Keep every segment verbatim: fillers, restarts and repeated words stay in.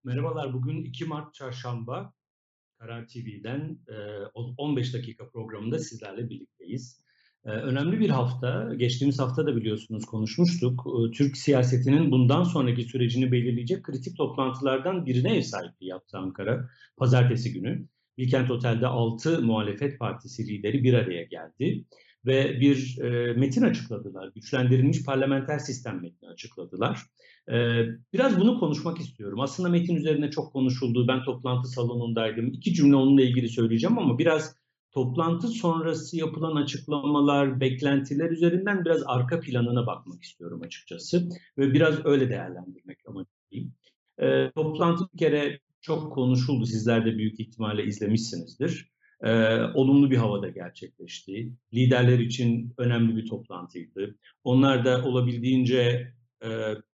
Merhabalar, bugün iki Mart Çarşamba, Karar T V'den eee, on beş dakika programında sizlerle birlikteyiz. Eee, önemli bir hafta, geçtiğimiz hafta da biliyorsunuz konuşmuştuk. Eee, Türk siyasetinin bundan sonraki sürecini belirleyecek kritik toplantılardan birine ev sahipliği yaptı Ankara. Pazartesi günü Bilkent Otel'de altı muhalefet partisi lideri bir araya geldi ve bir e, metin açıkladılar. Güçlendirilmiş parlamenter sistem metni açıkladılar. Ee, biraz bunu konuşmak istiyorum. Aslında metin üzerine çok konuşuldu. Ben toplantı salonundaydım. İki cümle onunla ilgili söyleyeceğim ama biraz toplantı sonrası yapılan açıklamalar, beklentiler üzerinden biraz arka planına bakmak istiyorum açıkçası. Ve biraz öyle değerlendirmek amacıyım. Ee, toplantı bir kere çok konuşuldu. Sizler de büyük ihtimalle izlemişsinizdir. Ee, olumlu bir havada gerçekleşti. Liderler için önemli bir toplantıydı. Onlar da olabildiğince e,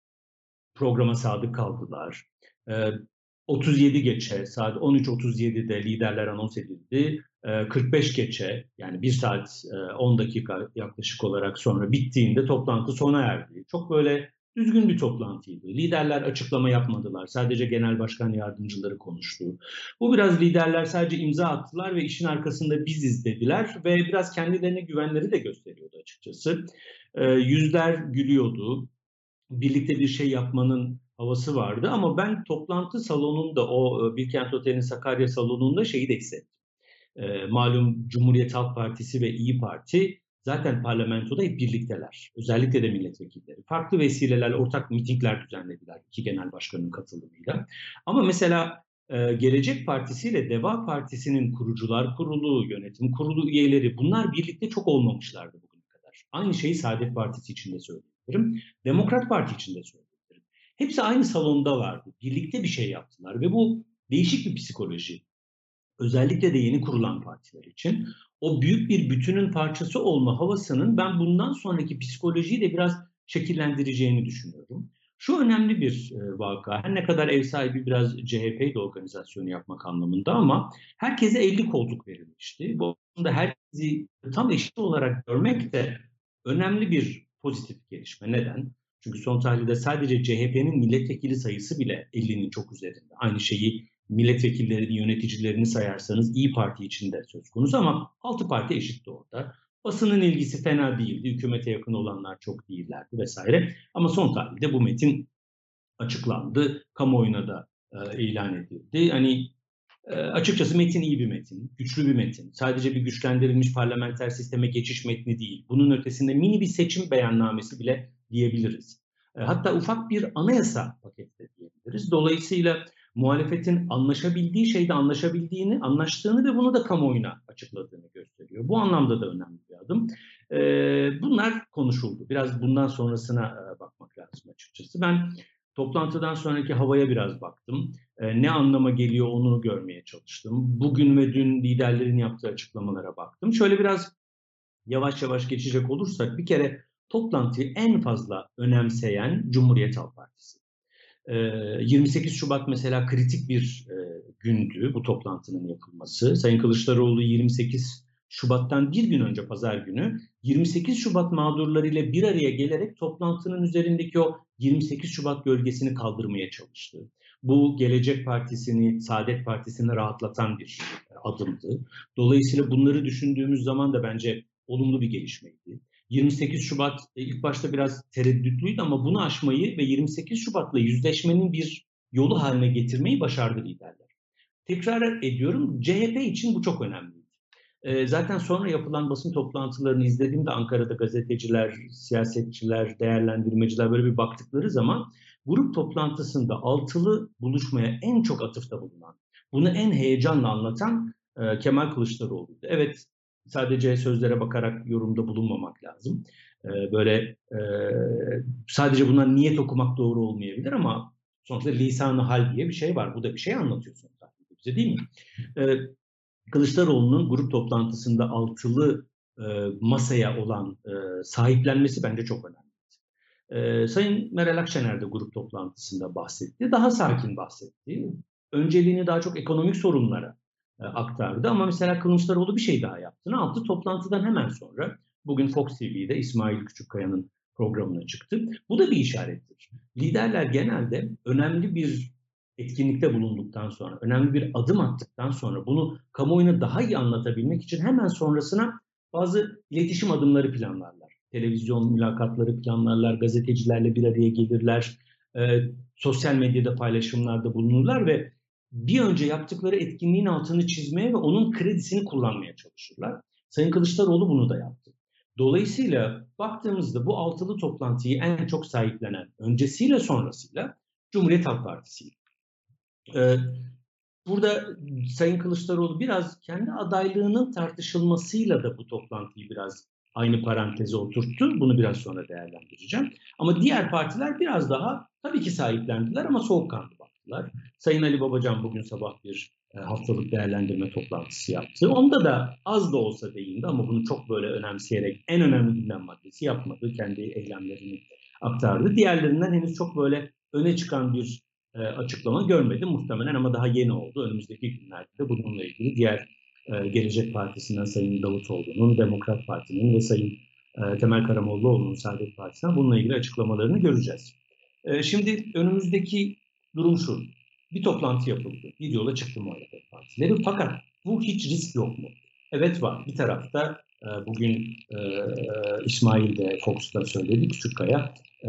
programa sadık kaldılar. Ee, otuz yedi geçe, saat on üç otuz yedide liderler anons edildi. Ee, kırk beş geçe, yani bir saat e, on dakika yaklaşık olarak sonra bittiğinde toplantı sona erdi. Çok böyle düzgün bir toplantıydı. Liderler açıklama yapmadılar. Sadece genel başkan yardımcıları konuştu. Bu biraz liderler sadece imza attılar ve işin arkasında biziz dediler ve biraz kendilerine güvenleri de gösteriyordu açıkçası. Ee, yüzler gülüyordu, birlikte bir şey yapmanın havası vardı ama ben toplantı salonunda o e, Bilkent Otel'in Sakarya salonunda şeyi de hissettim. E, malum Cumhuriyet Halk Partisi ve İyi Parti zaten parlamentoda hep birlikteler. Özellikle de milletvekilleri. Farklı vesilelerle ortak mitingler düzenlediler iki genel başkanın katılımıyla. Ama mesela e, Gelecek Partisi ile Deva Partisi'nin kurucular kurulu, yönetim kurulu üyeleri bunlar birlikte çok olmamışlardı bugüne kadar. Aynı şeyi Saadet Partisi için de söyleyebilirim. Demokrat Parti için de söyleyebilirim. Hepsi aynı salonda vardı. Birlikte bir şey yaptılar ve bu değişik bir psikoloji. Özellikle de yeni kurulan partiler için o büyük bir bütünün parçası olma havasının ben bundan sonraki psikolojiyi de biraz şekillendireceğini düşünüyorum. Şu önemli bir e, vaka. Her ne kadar ev sahibi biraz C H P'yi de organizasyonu yapmak anlamında ama herkese elli koltuk verilmişti. Bu aslında herkesi tam eşit olarak görmek de önemli bir pozitif gelişme. Neden? Çünkü son tahlilde sadece C H P'nin milletvekili sayısı bile ellinin çok üzerinde. Aynı şeyi milletvekillerini, yöneticilerini sayarsanız İyi Parti için de söz konusu ama altı parti eşitti orada. Basının ilgisi fena değildi. Hükümete yakın olanlar çok değillerdi vesaire. Ama son tahlilde bu metin açıklandı. Kamuoyuna da e, ilan edildi. Hani e, açıkçası metin iyi bir metin, güçlü bir metin. Sadece bir güçlendirilmiş parlamenter sisteme geçiş metni değil. Bunun ötesinde mini bir seçim beyannamesi bile diyebiliriz. E, hatta ufak bir anayasa paketi de diyebiliriz. Dolayısıyla muhalefetin anlaşabildiği şeyde anlaşabildiğini, anlaştığını ve bunu da kamuoyuna açıkladığını gösteriyor. Bu anlamda da önemli bir adım. E, bunlar konuşuldu. Biraz bundan sonrasına e, bakmak lazım açıkçası. Ben toplantıdan sonraki havaya biraz baktım. E, ne anlama geliyor onu görmeye çalıştım. Bugün ve dün liderlerin yaptığı açıklamalara baktım. Şöyle biraz yavaş yavaş geçecek olursak bir kere toplantıyı en fazla önemseyen Cumhuriyet Halk Partisi. E, yirmi sekiz Şubat mesela kritik bir e, gündü bu toplantının yapılması. Sayın Kılıçdaroğlu yirmi sekiz Şubat'tan bir gün önce pazar günü yirmi sekiz Şubat mağdurlarıyla bir araya gelerek toplantının üzerindeki o yirmi sekiz Şubat gölgesini kaldırmaya çalıştı. Bu Gelecek Partisi'ni, Saadet Partisi'ni rahatlatan bir adımdı. Dolayısıyla bunları düşündüğümüz zaman da bence olumlu bir gelişmeydi. yirmi sekiz Şubat ilk başta biraz tereddütlüydü ama bunu aşmayı ve yirmi sekiz Şubat'la yüzleşmenin bir yolu haline getirmeyi başardı liderler. Tekrar ediyorum, C H P için bu çok önemliydi. Ee, zaten sonra yapılan basın toplantılarını izlediğimde Ankara'da gazeteciler, siyasetçiler, değerlendirmeciler böyle bir baktıkları zaman grup toplantısında altılı buluşmaya en çok atıfta bulunan, bunu en heyecanla anlatan e, Kemal Kılıçdaroğlu'ydu. Evet, sadece sözlere bakarak yorumda bulunmamak lazım. E, böyle e, sadece bundan niyet okumak doğru olmayabilir ama sonuçta lisan-ı hal diye bir şey var. Bu da bir şey anlatıyor sonuçta bize, değil mi? E, Kılıçdaroğlu'nun grup toplantısında altılı e, masaya olan e, sahiplenmesi bence çok önemli. E, Sayın Meral Akşener de grup toplantısında bahsetti. Daha sakin bahsetti. Önceliğini daha çok ekonomik sorunlara e, aktardı. Ama mesela Kılıçdaroğlu bir şey daha yaptı. Ne yaptı? Toplantıdan hemen sonra bugün Fox T V'de İsmail Küçükkaya'nın programına çıktı. Bu da bir işarettir. Liderler genelde önemli bir etkinlikte bulunduktan sonra, önemli bir adım attıktan sonra bunu kamuoyuna daha iyi anlatabilmek için hemen sonrasına bazı iletişim adımları planlarlar. Televizyon mülakatları planlarlar, gazetecilerle bir araya gelirler, e, sosyal medyada paylaşımlarda bulunurlar ve bir önce yaptıkları etkinliğin altını çizmeye ve onun kredisini kullanmaya çalışırlar. Sayın Kılıçdaroğlu bunu da yaptı. Dolayısıyla baktığımızda bu altılı toplantıyı en çok sahiplenen, öncesiyle sonrasıyla Cumhuriyet Halk Partisi. Ee, burada Sayın Kılıçdaroğlu biraz kendi adaylığının tartışılmasıyla da bu toplantıyı biraz aynı paranteze oturttu. Bunu biraz sonra değerlendireceğim. Ama diğer partiler biraz daha tabii ki sahiplendiler ama soğukkanlı baktılar. Sayın Ali Babacan bugün sabah bir e, haftalık değerlendirme toplantısı yaptı. Onda da az da olsa değindi ama bunu çok böyle önemseyerek en önemli gündem maddesi yapmadı. Kendi eylemlerini aktardı. Diğerlerinden henüz çok böyle öne çıkan bir e, açıklama görmedim muhtemelen ama daha yeni oldu. Önümüzdeki günlerde de bununla ilgili diğer e, Gelecek Partisi'nden Sayın Davutoğlu'nun, Demokrat Parti'nin ve Sayın e, Temel Karamollaoğlu'nun Saadet Partisi'nden bununla ilgili açıklamalarını göreceğiz. E, şimdi önümüzdeki durum şu. Bir toplantı yapıldı. Bir yola çıktı muhalefet partileri. Fakat bu hiç risk yok mu? Evet var. Bir tarafta e, bugün e, İsmail de Fox'ta söyledi, Küçükkaya. E,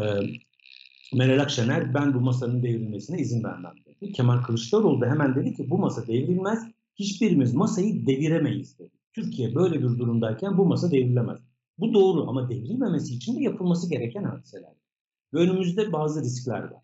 Meral Akşener ben bu masanın devrilmesine izin vermem dedi. Kemal Kılıçdaroğlu da hemen dedi ki bu masa devrilmez. Hiçbirimiz masayı deviremeyiz dedi. Türkiye böyle bir durumdayken bu masa devrilemez. Bu doğru ama devrilmemesi için de yapılması gereken hadiseler. Ve önümüzde bazı riskler var.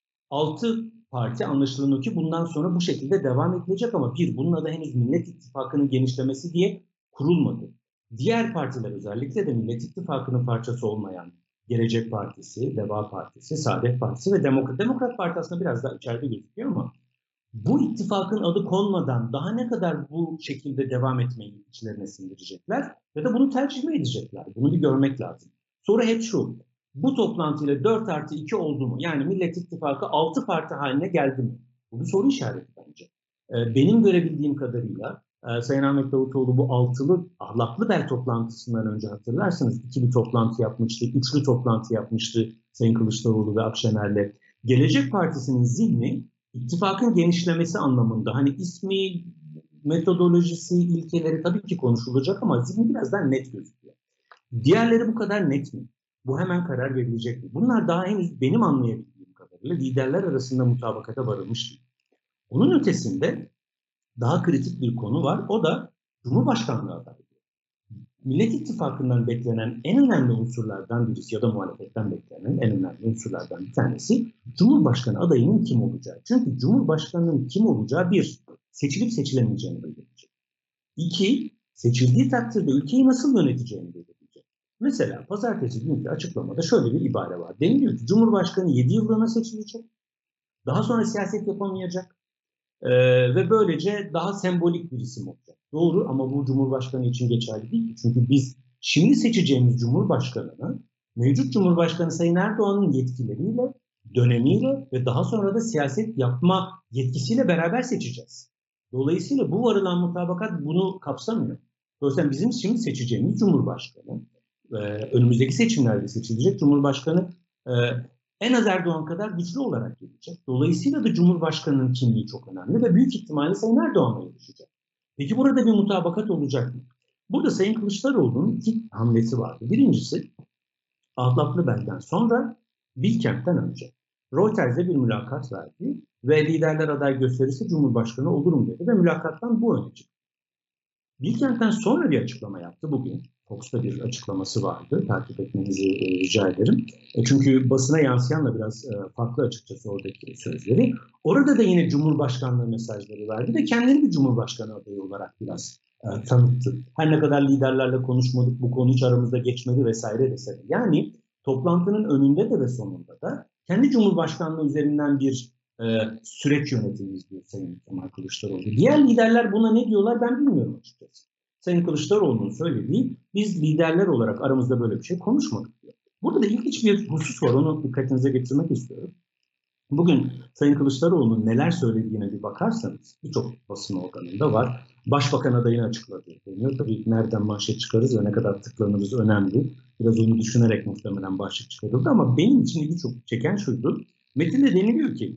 Altı parti anlaşılan o ki bundan sonra bu şekilde devam edilecek ama bir, bunun adı henüz Millet İttifakı'nın genişlemesi diye kurulmadı. Diğer partiler özellikle de Millet İttifakı'nın parçası olmayan Gelecek Partisi, Deva Partisi, Saadet Partisi ve Demokrat. Demokrat Parti aslında biraz daha içeride gözüküyor ama bu ittifakın adı konmadan daha ne kadar bu şekilde devam etmeyi içlerine sindirecekler ya da bunu tercih mi edecekler? Bunu bir görmek lazım. Soru hep şu. Bu toplantıyla dört artı iki oldu mu? Yani Millet İttifakı altı parti haline geldi mi? Bu bir soru işareti bence. Benim görebildiğim kadarıyla Sayın Ahmet Davutoğlu bu altılı ahlaklı bel toplantısından önce hatırlarsınız ikili toplantı yapmıştı, üçlü toplantı yapmıştı Sayın Kılıçdaroğlu ve Akşener'le. Gelecek Partisi'nin zihni ittifakın genişlemesi anlamında hani ismi, metodolojisi, ilkeleri tabii ki konuşulacak ama zihni biraz daha net gözüküyor. Diğerleri bu kadar net mi? Bu hemen karar verilecek mi? Bunlar daha henüz benim anlayabildiğim kadarıyla liderler arasında mutabakata varılmış değil. Onun ötesinde daha kritik bir konu var. O da Cumhurbaşkanlığı adaylığı. Millet İttifakı'ndan beklenen en önemli unsurlardan birisi ya da muhalefetten beklenen en önemli unsurlardan bir tanesi Cumhurbaşkanı adayının kim olacağı. Çünkü Cumhurbaşkanının kim olacağı bir, seçilip seçilemeyeceğini belirleyecek. İki, seçildiği takdirde ülkeyi nasıl yöneteceğini belirleyecek. Mesela pazartesi günkü açıklamada şöyle bir ibare var. Deniliyor ki Cumhurbaşkanı yedi yıllığına seçilecek. Daha sonra siyaset yapamayacak. Ee, ve böylece daha sembolik bir isim olacak. Doğru ama bu Cumhurbaşkanı için geçerli değil. Çünkü biz şimdi seçeceğimiz Cumhurbaşkanı'nı mevcut Cumhurbaşkanı Sayın Erdoğan'ın yetkileriyle, dönemiyle ve daha sonra da siyaset yapma yetkisiyle beraber seçeceğiz. Dolayısıyla bu varılan mutabakat bunu kapsamıyor. Dolayısıyla bizim şimdi seçeceğimiz Cumhurbaşkanı, e, önümüzdeki seçimlerde seçilecek Cumhurbaşkanı e, en az Erdoğan kadar güçlü olarak gelecek. Dolayısıyla da Cumhurbaşkanı'nın kimliği çok önemli ve büyük ihtimalle Sayın Erdoğan'la yarışacak. Peki burada bir mutabakat olacak mı? Burada Sayın Kılıçdaroğlu'nun iki hamlesi vardı. Birincisi Ahlaklı Bel'den sonra Bilkent'ten önce Reuters'e bir mülakat verdi ve liderler aday gösterirse Cumhurbaşkanı olurum dedi ve mülakattan bu öne çıktı. Bilkent'ten sonra bir açıklama yaptı bugün. Fox'ta bir açıklaması vardı. Takip etmenizi e, rica ederim. E, çünkü basına yansıyanla biraz e, farklı açıkçası oradaki sözleri. Orada da yine Cumhurbaşkanlığı mesajları verdi ve kendini bir Cumhurbaşkanı adayı olarak biraz e, tanıttı. Her ne kadar liderlerle konuşmadık, bu konu hiç aramızda geçmedi vesaire vesaire. Yani toplantının önünde de ve sonunda da kendi Cumhurbaşkanlığı üzerinden bir e, süreç yönetimi izliyor Sayın Kemal Kılıçdaroğlu. Diğer liderler buna ne diyorlar ben bilmiyorum açıkçası. Sayın Kılıçdaroğlu'nun söylediği biz liderler olarak aramızda böyle bir şey konuşmadık diyor. Burada da ilginç bir husus var, onu dikkatinize getirmek istiyorum. Bugün Sayın Kılıçdaroğlu'nun neler söylediğine bir bakarsanız birçok basın organında var. Başbakan adayını açıkladı deniyor. Tabii nereden manşet çıkarız ve ne kadar tıklanırız önemli. Biraz onu düşünerek muhtemelen başlık çıkarıldı ama benim için ilgi çok çeken şuydu. Metinde deniliyor ki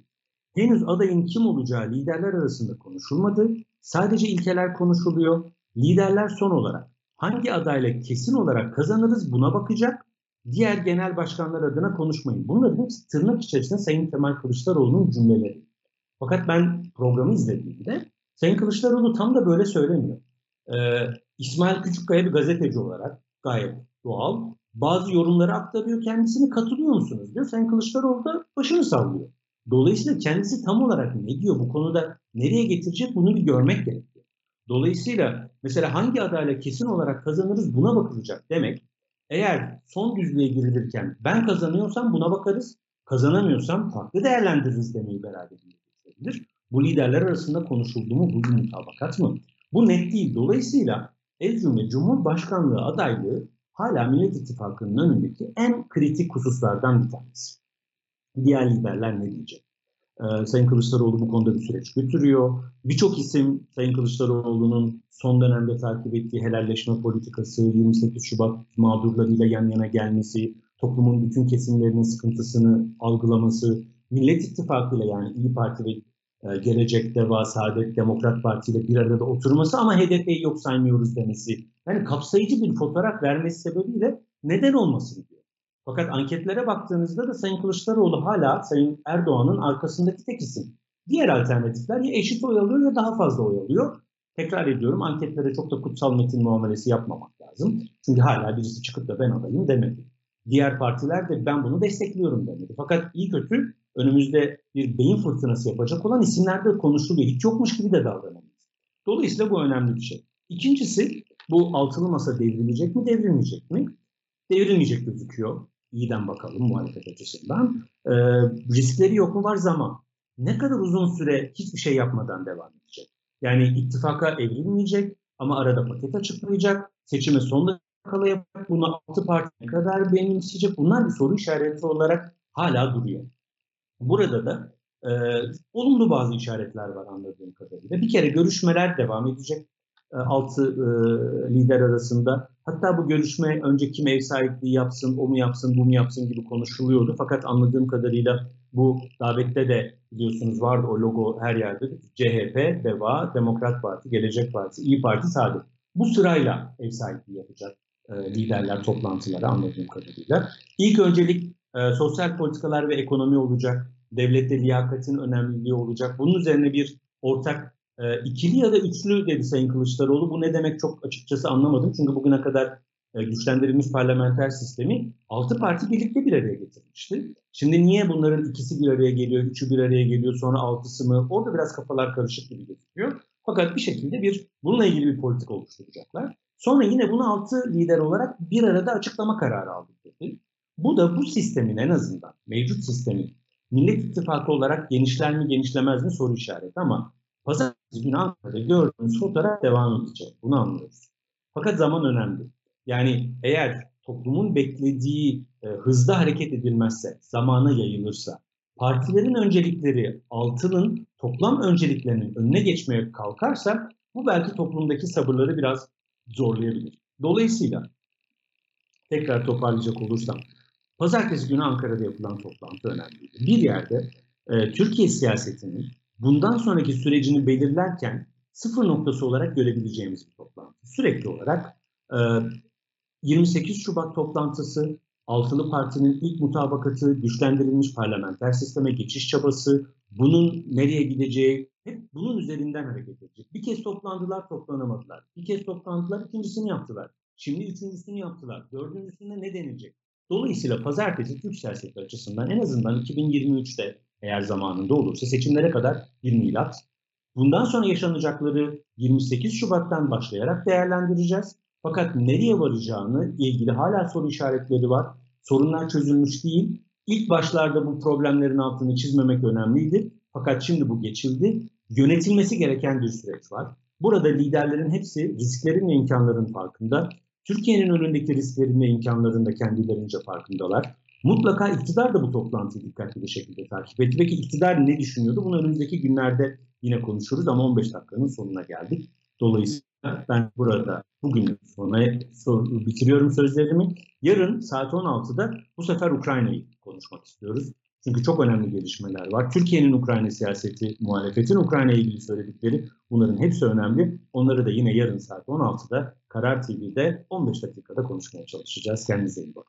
Henüz adayın kim olacağı liderler arasında konuşulmadı. Sadece ilkeler konuşuluyor. Liderler son olarak hangi adayla kesin olarak kazanırız buna bakacak. Diğer genel başkanlar adına konuşmayın. Bunların hepsi tırnak içerisinde Sayın Kemal Kılıçdaroğlu'nun cümleleri. Fakat ben programı izlediğimde Sayın Kılıçdaroğlu tam da böyle söylemiyor. Ee, İsmail Küçükkaya bir gazeteci olarak gayet doğal bazı yorumları aktarıyor, kendisini katılıyor musunuz diyor. Sayın Kılıçdaroğlu da başını sallıyor. Dolayısıyla kendisi tam olarak ne diyor, bu konuda nereye getirecek bunu bir görmek gerekiyor. Dolayısıyla mesela hangi adayla kesin olarak kazanırız buna bakılacak demek. Eğer son düzlüğe girilirken ben kazanıyorsam buna bakarız, kazanamıyorsam farklı değerlendiririz demeyi beraberinde getirebilir. Bu liderler arasında konuşuldu mu, bu bir mutabakat mı? Bu net değil. Dolayısıyla el cümle Cumhurbaşkanlığı adaylığı hala Millet İttifakı'nın önündeki en kritik hususlardan bir tanesi. Diğer liderler ne diyecek? Ee, Sayın Kılıçdaroğlu bu konuda bir süreç götürüyor. Birçok isim Sayın Kılıçdaroğlu'nun son dönemde takip ettiği helalleşme politikası, yirmi sekiz Şubat mağdurlarıyla yan yana gelmesi, toplumun bütün kesimlerinin sıkıntısını algılaması, Millet İttifakı ile yani İYİ Parti ve e, Gelecek, Deva, Saadet, Demokrat Parti ile bir arada oturması ama H D P'yi yok saymıyoruz demesi. Yani kapsayıcı bir fotoğraf vermesi sebebiyle neden olmasın diyor. Fakat anketlere baktığınızda da Sayın Kılıçdaroğlu hala Sayın Erdoğan'ın arkasındaki tek isim. Diğer alternatifler ya eşit oy alıyor ya daha fazla oy alıyor. Tekrar ediyorum, anketlere çok da kutsal metin muamelesi yapmamak lazım. Çünkü hala birisi çıkıp da ben adayım demedi. Diğer partiler de ben bunu destekliyorum demedi. Fakat iyi kötü önümüzde bir beyin fırtınası yapacak olan isimler de konuşuluyor. Hiç yokmuş gibi de davranamıyoruz. Dolayısıyla bu önemli bir şey. İkincisi, bu altılı masa devrilecek mi, devrilmeyecek mi? Devrilmeyecek gözüküyor. İyiden bakalım muhalefet açısından. Ee, riskleri yok mu? Var, zaman. Ne kadar uzun süre hiçbir şey yapmadan devam edecek? Yani ittifaka evrilmeyecek ama arada paket açıklayacak. Seçime son dakika yapacak. Bunu altı parti ne kadar benimseyecek? Bunlar bir soru işareti olarak hala duruyor. Burada da e, olumlu bazı işaretler var anladığım kadarıyla. Bir kere görüşmeler devam edecek e, altı e, lider arasında. Hatta bu görüşme önce kim ev sahipliği yapsın, o mu yapsın, bu mu yapsın gibi konuşuluyordu. Fakat anladığım kadarıyla bu davette de biliyorsunuz vardı o logo her yerde. C H P, Deva, Demokrat Parti, Gelecek Partisi, İyi Parti, Saadet. Bu sırayla ev sahipliği yapacak e, liderler toplantıları anladığım kadarıyla. İlk öncelik e, sosyal politikalar ve ekonomi olacak. Devlette liyakatin önemliliği olacak. Bunun üzerine bir ortak e, ikili ya da üçlü dedi Sayın Kılıçdaroğlu. Bu ne demek çok açıkçası anlamadım. Çünkü bugüne kadar e, güçlendirilmiş parlamenter sistemi altı parti birlikte bir araya getirmişti. Şimdi niye bunların ikisi bir araya geliyor, üçü bir araya geliyor, sonra altısı mı? Orada biraz kafalar karışık gibi gözüküyor. Fakat bir şekilde bir bununla ilgili bir politika oluşturacaklar. Sonra yine bunu altı lider olarak bir arada açıklama kararı aldık dedi. Bu da bu sistemin en azından mevcut sistemin Millet İttifakı olarak genişler mi genişlemez mi soru işareti ama pazartesi günü Ankara'da gördüğümüz fotoğraf devam edecek. Bunu anlıyoruz. Fakat zaman önemli. Yani eğer toplumun beklediği e, hızda hareket edilmezse, zamana yayılırsa, partilerin öncelikleri altının toplam önceliklerinin önüne geçmeye kalkarsa bu belki toplumdaki sabırları biraz zorlayabilir. Dolayısıyla tekrar toparlayacak olursam, pazartesi günü Ankara'da yapılan toplantı önemliydi. Bir yerde e, Türkiye siyasetinin bundan sonraki sürecini belirlerken sıfır noktası olarak görebileceğimiz bir toplantı. Sürekli olarak e, yirmi sekiz Şubat toplantısı, Altılı Parti'nin ilk mutabakatı, güçlendirilmiş parlamenter sisteme geçiş çabası, bunun nereye gideceği, hep bunun üzerinden hareket edecek. Bir kez toplandılar, toplanamadılar. Bir kez toplandılar, ikincisini yaptılar. Şimdi üçüncüsünü yaptılar. Dördüncüsünde ne denilecek? Dolayısıyla pazartesi Türk siyaseti açısından en azından iki bin yirmi üçte eğer zamanında olursa seçimlere kadar bir milat. Bundan sonra yaşanacakları yirmi sekiz Şubat'tan başlayarak değerlendireceğiz. Fakat nereye varacağını ilgili hala soru işaretleri var. Sorunlar çözülmüş değil. İlk başlarda bu problemlerin altını çizmemek önemliydi. Fakat şimdi bu geçildi. Yönetilmesi gereken bir süreç var. Burada liderlerin hepsi risklerin ve imkanların farkında. Türkiye'nin önündeki risklerin ve imkanların da kendilerince farkındalar. Mutlaka iktidar da bu toplantıyı dikkatli bir şekilde takip etti. Peki iktidar ne düşünüyordu? Bunu önümüzdeki günlerde yine konuşuruz ama on beş dakikanın sonuna geldik. Dolayısıyla ben burada bugün sonra bitiriyorum sözlerimi. Yarın saat on altıda bu sefer Ukrayna'yı konuşmak istiyoruz. Çünkü çok önemli gelişmeler var. Türkiye'nin Ukrayna siyaseti, muhalefetin Ukrayna ile ilgili söyledikleri, bunların hepsi önemli. Onları da yine yarın saat on altıda Karar T V'de on beş dakikada konuşmaya çalışacağız. Kendinize iyi bakın.